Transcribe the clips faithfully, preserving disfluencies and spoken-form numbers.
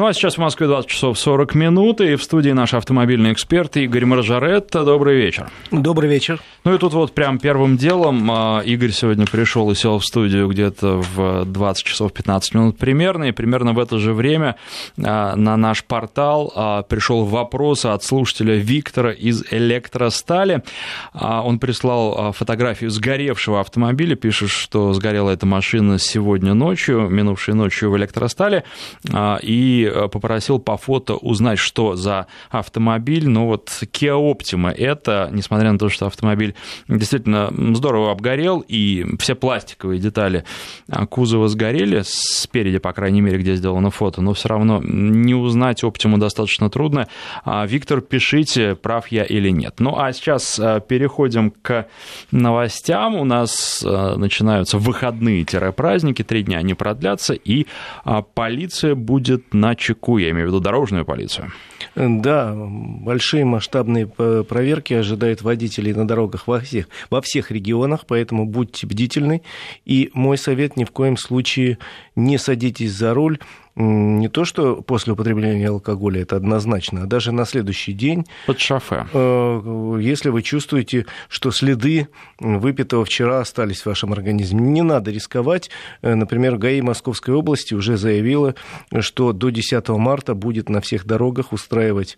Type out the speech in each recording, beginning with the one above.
Ну, а сейчас в Москве двадцать часов сорок минут, и в студии наш автомобильный эксперт Игорь Маржаретта. Добрый вечер. Добрый вечер. Ну и тут вот прям первым делом Игорь сегодня пришел и сел в студию где-то в двадцать часов пятнадцать минут примерно, и примерно в это же время на наш портал пришел вопрос от слушателя Виктора из Электростали. Он прислал фотографию сгоревшего автомобиля, пишет, что сгорела эта машина сегодня ночью, минувшей ночью в Электростали, и попросил по фото узнать, что за автомобиль. Ну вот Kia Optima это, несмотря на то, что автомобиль действительно здорово обгорел, и все пластиковые детали кузова сгорели, спереди, по крайней мере, где сделано фото, но все равно не узнать Optima достаточно трудно. Виктор, пишите, прав я или нет. Ну а сейчас переходим к новостям. У нас начинаются выходные-праздники, три дня они продлятся, и полиция будет на чеку, я имею в виду дорожную полицию. Да, большие масштабные проверки ожидают водителей на дорогах во всех, во всех регионах, поэтому будьте бдительны. И мой совет: ни в коем случае не садитесь за руль. Не то, что после употребления алкоголя, это однозначно, а даже на следующий день. Под шофе. Если вы чувствуете, что следы выпитого вчера остались в вашем организме, не надо рисковать. Например, ГАИ Московской области уже заявила, что до десятого марта будет на всех дорогах устраивать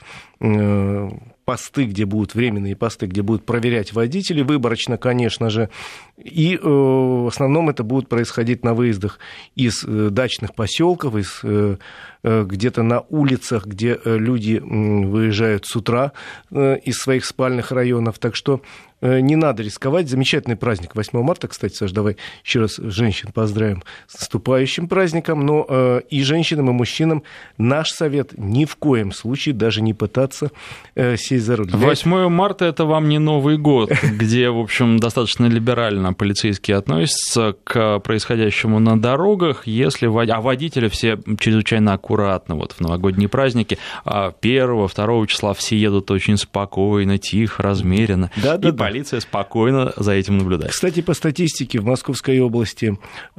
посты, где будут временные посты, где будут проверять водителей, выборочно, конечно же. И э, в основном это будет происходить на выездах из э, дачных поселков, из, э, э, где-то на улицах, где э, люди э, выезжают с утра э, из своих спальных районов. Так что э, не надо рисковать. Замечательный праздник восьмого марта. Кстати, Саш, давай еще раз женщин поздравим с наступающим праздником. Но э, и женщинам, и мужчинам наш совет: ни в коем случае даже не пытаться э, сесть за руль. восьмое марта – это вам не Новый год, где, в общем, достаточно либерально полицейские относятся к происходящему на дорогах, если вод... а водители все чрезвычайно аккуратны. Вот в новогодние праздники первого, второго числа все едут очень спокойно, тихо, размеренно, да, да, и да. Полиция спокойно за этим наблюдает. Кстати, по статистике, в Московской области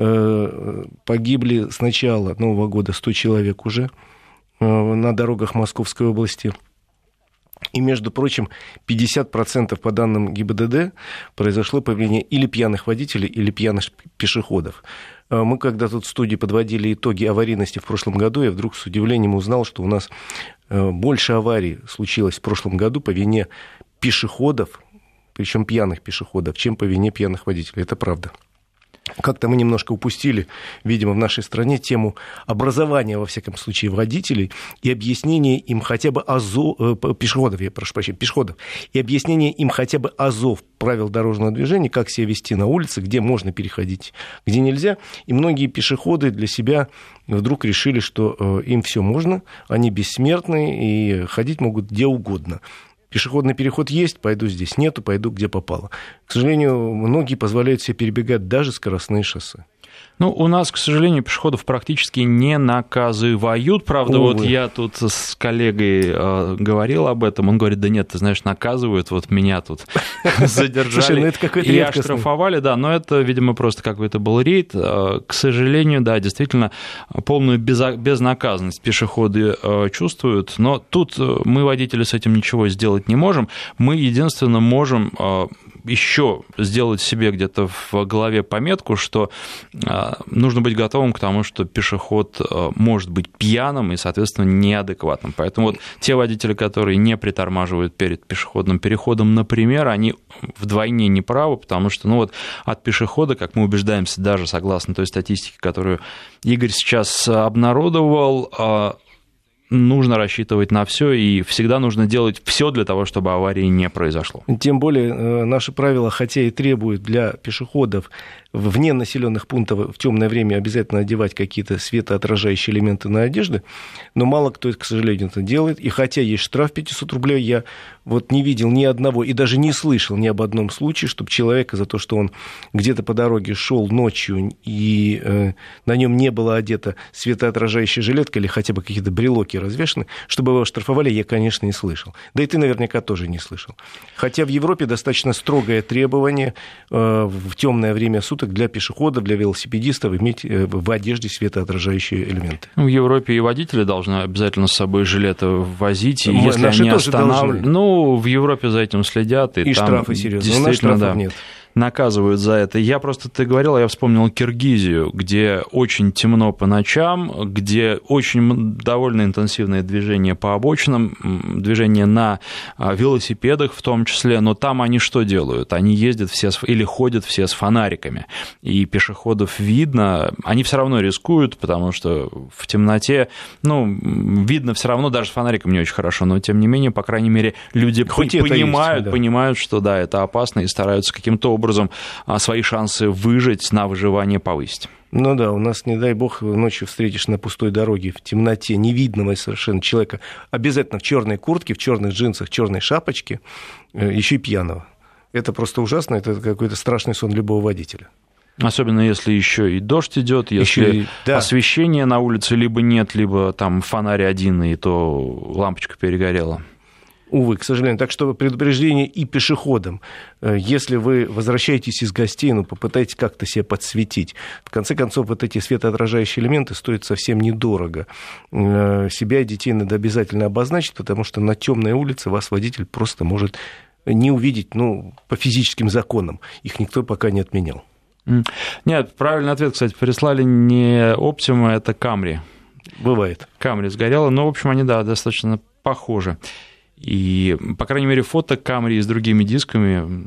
э, погибли с начала Нового года сто человек уже э, на дорогах Московской области. И, между прочим, пятьдесят процентов по данным ГИБДД произошло появление или пьяных водителей, или пьяных пешеходов. Мы, когда тут в студии подводили итоги аварийности в прошлом году, я вдруг с удивлением узнал, что у нас больше аварий случилось в прошлом году по вине пешеходов, причем пьяных пешеходов, чем по вине пьяных водителей. Это правда. Как-то мы немножко упустили, видимо, в нашей стране тему образования, во всяком случае, водителей и объяснения им хотя бы азов, пешеходов, я прошу прощения, пешеходов, и объяснения им хотя бы азов правил дорожного движения, как себя вести на улице, где можно переходить, где нельзя. И многие пешеходы для себя вдруг решили, что им все можно, они бессмертны и ходить могут где угодно. Пешеходный переход есть, пойду здесь, нету, пойду где попало. К сожалению, многие позволяют себе перебегать даже скоростные шоссе. Ну, у нас, к сожалению, пешеходов практически не наказывают. Правда, Увы. Вот я тут с коллегой э, говорил об этом. Он говорит: да нет, ты знаешь, наказывают. Вот меня тут задержали и оштрафовали. Да, но это, видимо, просто какой-то был рейд. К сожалению, да, действительно, полную безнаказанность пешеходы чувствуют. Но тут мы, водители, с этим ничего сделать не можем. Мы, единственно, можем еще сделать себе где-то в голове пометку, что нужно быть готовым к тому, что пешеход может быть пьяным и, соответственно, неадекватным. Поэтому вот те водители, которые не притормаживают перед пешеходным переходом, например, они вдвойне неправы, потому что ну вот, от пешехода, как мы убеждаемся, даже согласно той статистике, которую Игорь сейчас обнародовал, нужно рассчитывать на все, и всегда нужно делать все для того, чтобы аварии не произошло. Тем более наши правила, хотя и требуют для пешеходов вне населенных пунктов в темное время обязательно одевать какие-то светоотражающие элементы на одежду, но мало кто, к сожалению, это делает. И хотя есть штраф пятьсот рублей, я вот не видел ни одного и даже не слышал ни об одном случае, чтобы человека за то, что он где-то по дороге шел ночью и э, на нем не было одета светоотражающая жилетка или хотя бы какие-то брелоки развешаны. Чтобы его штрафовали, я, конечно, не слышал. Да и ты наверняка тоже не слышал. Хотя в Европе достаточно строгое требование в темное время суток для пешеходов, для велосипедистов иметь в одежде светоотражающие элементы. В Европе и водители должны обязательно с собой жилеты возить. И Мы, если они останавливают... Ну, в Европе за этим следят. И, и там штрафы серьезные. У нас штрафов да, нет. Наказывают за это. Я просто, ты говорил, я вспомнил Киргизию, где очень темно по ночам, где очень довольно интенсивное движение по обочинам, движение на велосипедах в том числе, но там они что делают? Они ездят все с, или ходят все с фонариками, и пешеходов видно, они все равно рискуют, потому что в темноте, ну, видно все равно, даже с фонариком не очень хорошо, но тем не менее, по крайней мере, люди Хоть понимают, есть, да. понимают, что да, это опасно, и стараются каким-то образом образом свои шансы выжить, на выживание повысить. Ну да, у нас, не дай бог, ночью встретишь на пустой дороге в темноте невидного совершенно человека, обязательно в черной куртке, в черных джинсах, черной шапочке, еще и пьяного. Это просто ужасно, это какой-то страшный сон любого водителя. Особенно если еще и дождь идет, если и, да. освещения на улице либо нет, либо там фонарь один, и то лампочка перегорела. Увы, к сожалению. Так что предупреждение и пешеходам. Если вы возвращаетесь из гостей, ну, попытайтесь как-то себя подсветить. В конце концов, вот эти светоотражающие элементы стоят совсем недорого. Себя и детей надо обязательно обозначить, потому что на темной улице вас водитель просто может не увидеть, ну, по физическим законам. Их никто пока не отменял. Нет, правильный ответ, кстати, прислали не Optima, это Camry. Бывает. Camry сгорела, но, в общем, они, да, достаточно похожи. И, по крайней мере, фото Camry с другими дисками...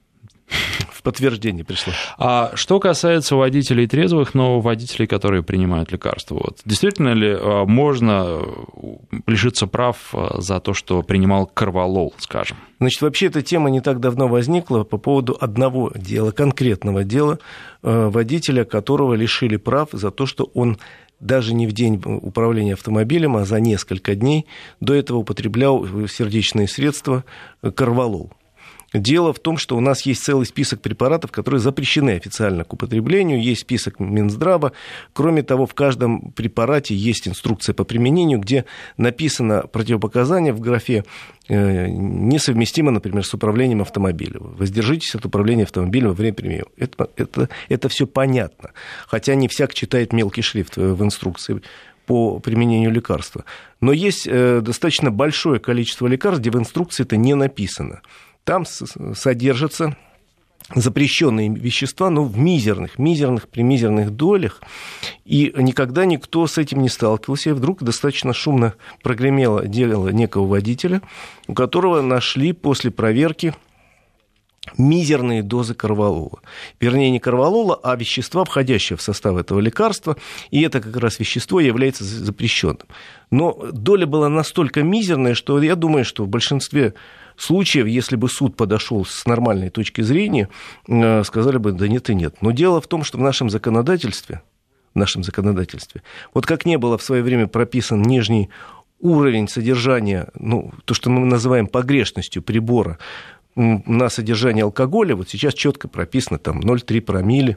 В подтверждение пришло. А что касается водителей трезвых, но водителей, которые принимают лекарства, вот, действительно ли можно лишиться прав за то, что принимал корвалол, скажем? Значит, вообще эта тема не так давно возникла по поводу одного дела, конкретного дела, водителя, которого лишили прав за то, что он даже не в день управления автомобилем, а за несколько дней до этого употреблял сердечные средства корвалол. Дело в том, что у нас есть целый список препаратов, которые запрещены официально к употреблению, есть список Минздрава. Кроме того, в каждом препарате есть инструкция по применению, где написано противопоказание в графе несовместимо, например, с управлением автомобилем. Воздержитесь от управления автомобилем во время применения. Это, это, это все понятно, хотя не всяк читает мелкий шрифт в инструкции по применению лекарства. Но есть достаточно большое количество лекарств, где в инструкции это не написано. Там содержатся запрещенные вещества, но в мизерных, мизерных, примизерных долях, и никогда никто с этим не сталкивался. И вдруг достаточно шумно прогремело дело некого водителя, у которого нашли после проверки мизерные дозы корвалола. Вернее, не корвалола, а вещества, входящие в состав этого лекарства, и это как раз вещество является запрещенным. Но доля была настолько мизерная, что я думаю, что в большинстве случаев, если бы суд подошел с нормальной точки зрения, сказали бы, да нет и нет. Но дело в том, что в нашем законодательстве, в нашем законодательстве, вот как не было в свое время прописан нижний уровень содержания, ну, то, что мы называем погрешностью прибора, на содержание алкоголя, вот сейчас четко прописано там ноль целых три промилле.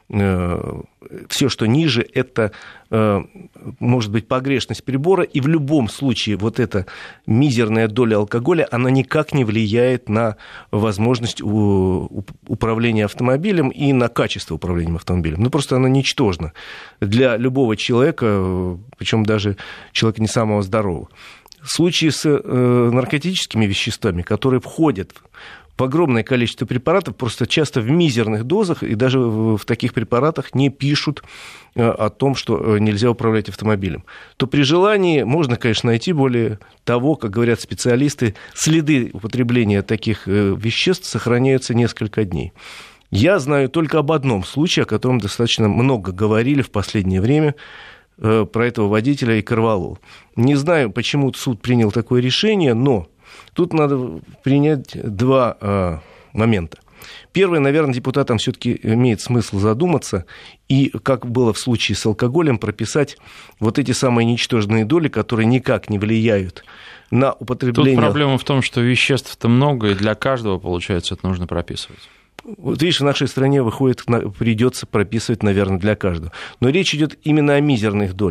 Все, что ниже, это может быть погрешность прибора, и в любом случае вот эта мизерная доля алкоголя, она никак не влияет на возможность управления автомобилем и на качество управления автомобилем. Ну, просто она ничтожна для любого человека, причем даже человека не самого здорового. Случаи с э, наркотическими веществами, которые входят в огромное количество препаратов, просто часто в мизерных дозах, и даже в, в таких препаратах не пишут э, о том, что нельзя управлять автомобилем, то при желании можно, конечно, найти более того, как говорят специалисты, следы употребления таких э, веществ сохраняются несколько дней. Я знаю только об одном случае, о котором достаточно много говорили в последнее время, про этого водителя и корвалол. Не знаю, почему суд принял такое решение, но тут надо принять два а, момента. Первый, наверное, депутатам все-таки имеет смысл задуматься и, как было в случае с алкоголем, прописать вот эти самые ничтожные доли, которые никак не влияют на употребление. Тут проблема в том, что веществ-то много, и для каждого, получается, это нужно прописывать. Вот видишь, в нашей стране выходит, придется прописывать, наверное, для каждого. Но речь идет именно о мизерных долях.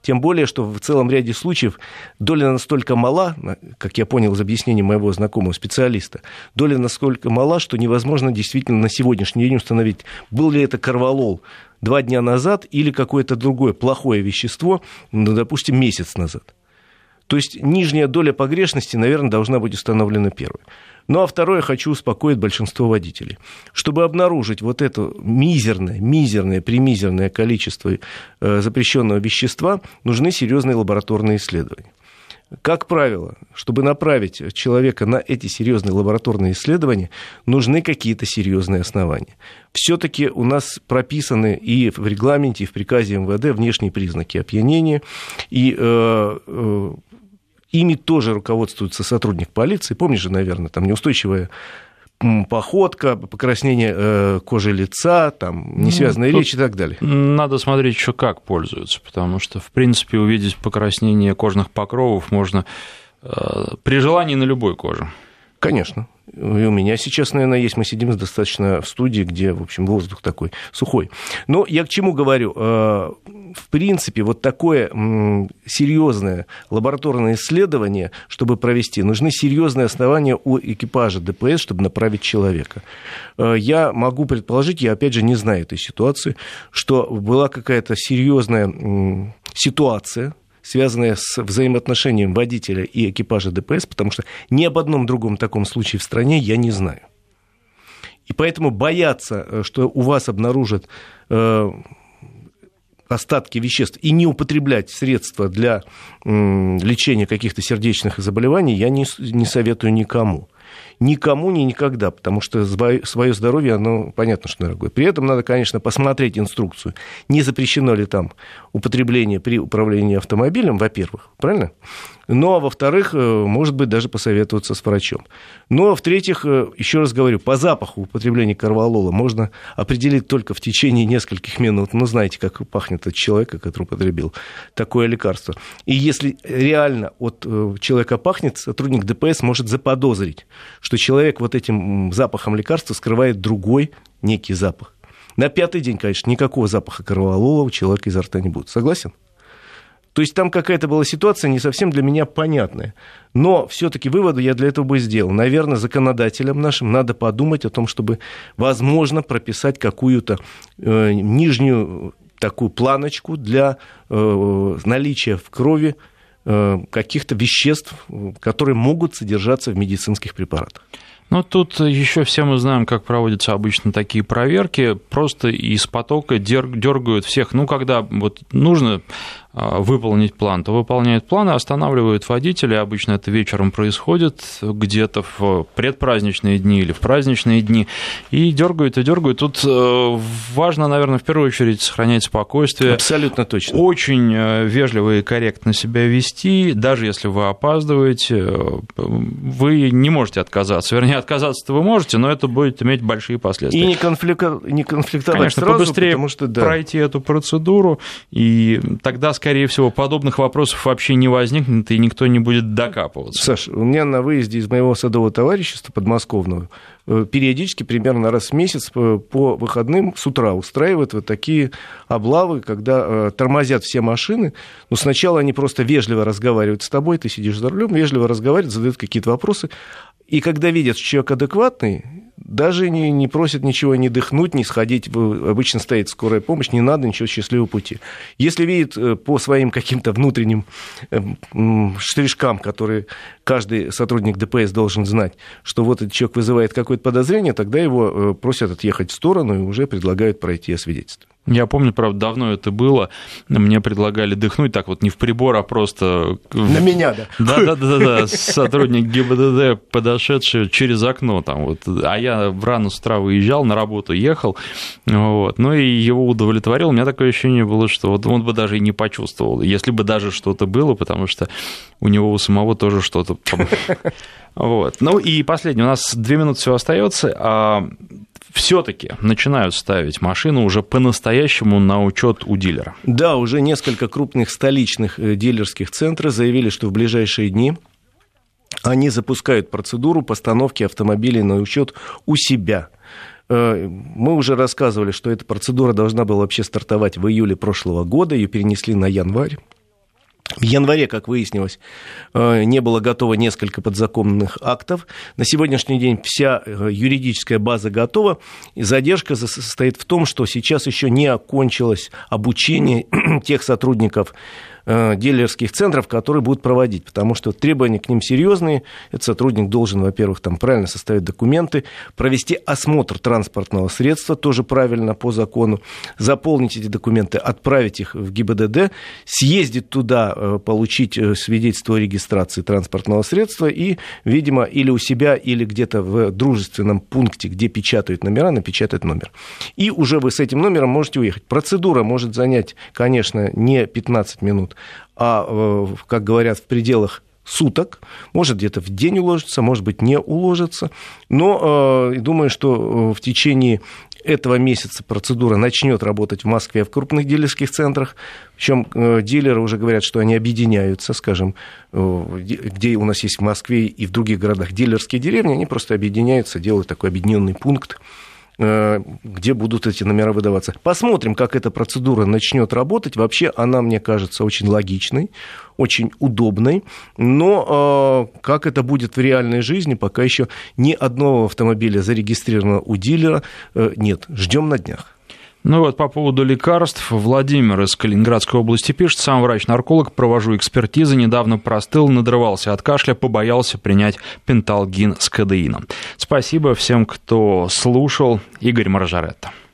Тем более, что в целом ряде случаев доля настолько мала, как я понял из объяснения моего знакомого специалиста, доля настолько мала, что невозможно действительно на сегодняшний день установить, был ли это корвалол два дня назад или какое-то другое плохое вещество, ну, допустим, месяц назад. То есть нижняя доля погрешности, наверное, должна быть установлена первой. Ну, а второе, хочу успокоить большинство водителей. Чтобы обнаружить вот это мизерное, мизерное, примизерное количество э, запрещенного вещества, нужны серьезные лабораторные исследования. Как правило, чтобы направить человека на эти серьезные лабораторные исследования, нужны какие-то серьезные основания. Все-таки у нас прописаны и в регламенте, и в приказе эм вэ дэ внешние признаки опьянения, и э, э, ими тоже руководствуется сотрудник полиции. Помнишь же, наверное, там неустойчивая походка, покраснение э, кожи лица, там, несвязанная ну, речь и так далее. Надо смотреть еще как пользуются, потому что, в принципе, увидеть покраснение кожных покровов можно э, при желании на любой коже. Конечно. И у меня сейчас, наверное, есть. Мы сидим достаточно в студии, где, в общем, воздух такой сухой. Но я к чему говорю? В принципе, вот такое серьезное лабораторное исследование, чтобы провести, нужны серьезные основания у экипажа дэ пэ эс, чтобы направить человека. Я могу предположить, я, опять же, не знаю этой ситуации, что была какая-то серьезная ситуация, связанная с взаимоотношением водителя и экипажа дэ пэ эс, потому что ни об одном другом таком случае в стране я не знаю. И поэтому бояться, что у вас обнаружат э, остатки веществ и не употреблять средства для э, лечения каких-то сердечных заболеваний, я не, не советую никому. Никому, ни никогда, потому что свое здоровье, оно, понятно, что дорогое. При этом надо, конечно, посмотреть инструкцию, не запрещено ли там употребление при управлении автомобилем, во-первых, правильно? Ну, а во-вторых, может быть, даже посоветоваться с врачом. Ну, а в-третьих, еще раз говорю, по запаху употребления корвалола можно определить только в течение нескольких минут. Ну, знаете, как пахнет от человека, который употребил такое лекарство. И если реально от человека пахнет, сотрудник дэ пэ эс может заподозрить, что человек вот этим запахом лекарства скрывает другой некий запах. На пятый день, конечно, никакого запаха корвалола у человека изо рта не будет. Согласен? То есть там какая-то была ситуация не совсем для меня понятная. Но все-таки выводы я для этого бы сделал. Наверное, законодателям нашим надо подумать о том, чтобы, возможно, прописать какую-то э, нижнюю такую планочку для э, наличия в крови э, каких-то веществ, которые могут содержаться в медицинских препаратах. Ну, тут еще все мы знаем, как проводятся обычно такие проверки. Просто из потока дергают всех. Ну, когда вот нужно выполнить план, то выполняют план и останавливают водителя. Обычно это вечером происходит, где-то в предпраздничные дни или в праздничные дни. И дергают, и дергают. Тут важно, наверное, в первую очередь сохранять спокойствие. Абсолютно точно. Очень вежливо и корректно себя вести. Даже если вы опаздываете, вы не можете отказаться. Вернее, отказаться-то вы можете, но это будет иметь большие последствия. И не, конфликта... не конфликтовать Конечно, сразу, побыстрее потому что, да. пройти эту процедуру, и тогда, скорее всего, подобных вопросов вообще не возникнет, и никто не будет докапываться. Саш, у меня на выезде из моего садового товарищества подмосковного периодически, примерно раз в месяц, по выходным с утра устраивают вот такие облавы, когда тормозят все машины. Но сначала они просто вежливо разговаривают с тобой, ты сидишь за рулем, вежливо разговаривают, задают какие-то вопросы. И когда видят, что человек адекватный, даже не, не просят ничего не дыхнуть, не сходить. Обычно стоит скорая помощь, не надо ничего, счастливого пути. Если видит по своим каким-то внутренним штришкам, которые каждый сотрудник дэ пэ эс должен знать, что вот этот человек вызывает какое-то подозрение, тогда его просят отъехать в сторону и уже предлагают пройти освидетельство. Я помню, правда, давно это было. Мне предлагали дыхнуть так вот не в прибор, а просто... На меня, да? Да-да-да, сотрудник гэ бэ дэ дэ, подошедший через окно там вот. А я рано с утра выезжал, на работу ехал, вот. Ну и его удовлетворил. У меня такое ощущение было, что вот он бы даже и не почувствовал, если бы даже что-то было, потому что у него у самого тоже что-то... Вот. Ну и последнее, у нас две минуты всего остается. Все-таки начинают ставить машину уже по-настоящему на учет у дилера. Да, уже несколько крупных столичных дилерских центров заявили, что в ближайшие дни они запускают процедуру постановки автомобилей на учет у себя. Мы уже рассказывали, что эта процедура должна была вообще стартовать в июле прошлого года, ее перенесли на январь. В январе, как выяснилось, не было готово несколько подзаконных актов. На сегодняшний день вся юридическая база готова. И задержка состоит в том, что сейчас еще не окончилось обучение тех сотрудников дилерских центров, которые будут проводить, потому что требования к ним серьезные. Этот сотрудник должен, во-первых, там правильно составить документы, провести осмотр транспортного средства, тоже правильно по закону, заполнить эти документы, отправить их в ГИБДД, съездить туда, получить свидетельство о регистрации транспортного средства и, видимо, или у себя, или где-то в дружественном пункте, где печатают номера, напечатать номер. И уже вы с этим номером можете уехать. Процедура может занять, конечно, не пятнадцать минут, а, как говорят, в пределах суток, может где-то в день уложиться, может быть не уложится, но э, думаю, что в течение этого месяца процедура начнет работать в Москве в крупных дилерских центрах, причем э, дилеры уже говорят, что они объединяются, скажем, э, где у нас есть в Москве и в других городах дилерские деревни, они просто объединяются, делают такой объединенный пункт, где будут эти номера выдаваться. Посмотрим, как эта процедура начнет работать. Вообще она, мне кажется, очень логичной, очень удобной, но э, как это будет в реальной жизни, пока еще ни одного автомобиля, зарегистрированного у дилера, э, нет. Ждем на днях. Ну вот, по поводу лекарств. Владимир из Калининградской области пишет: сам врач-нарколог, провожу экспертизы, недавно простыл, надрывался от кашля, побоялся принять пенталгин с кодеином. Спасибо всем, кто слушал. Игорь Маржаретто.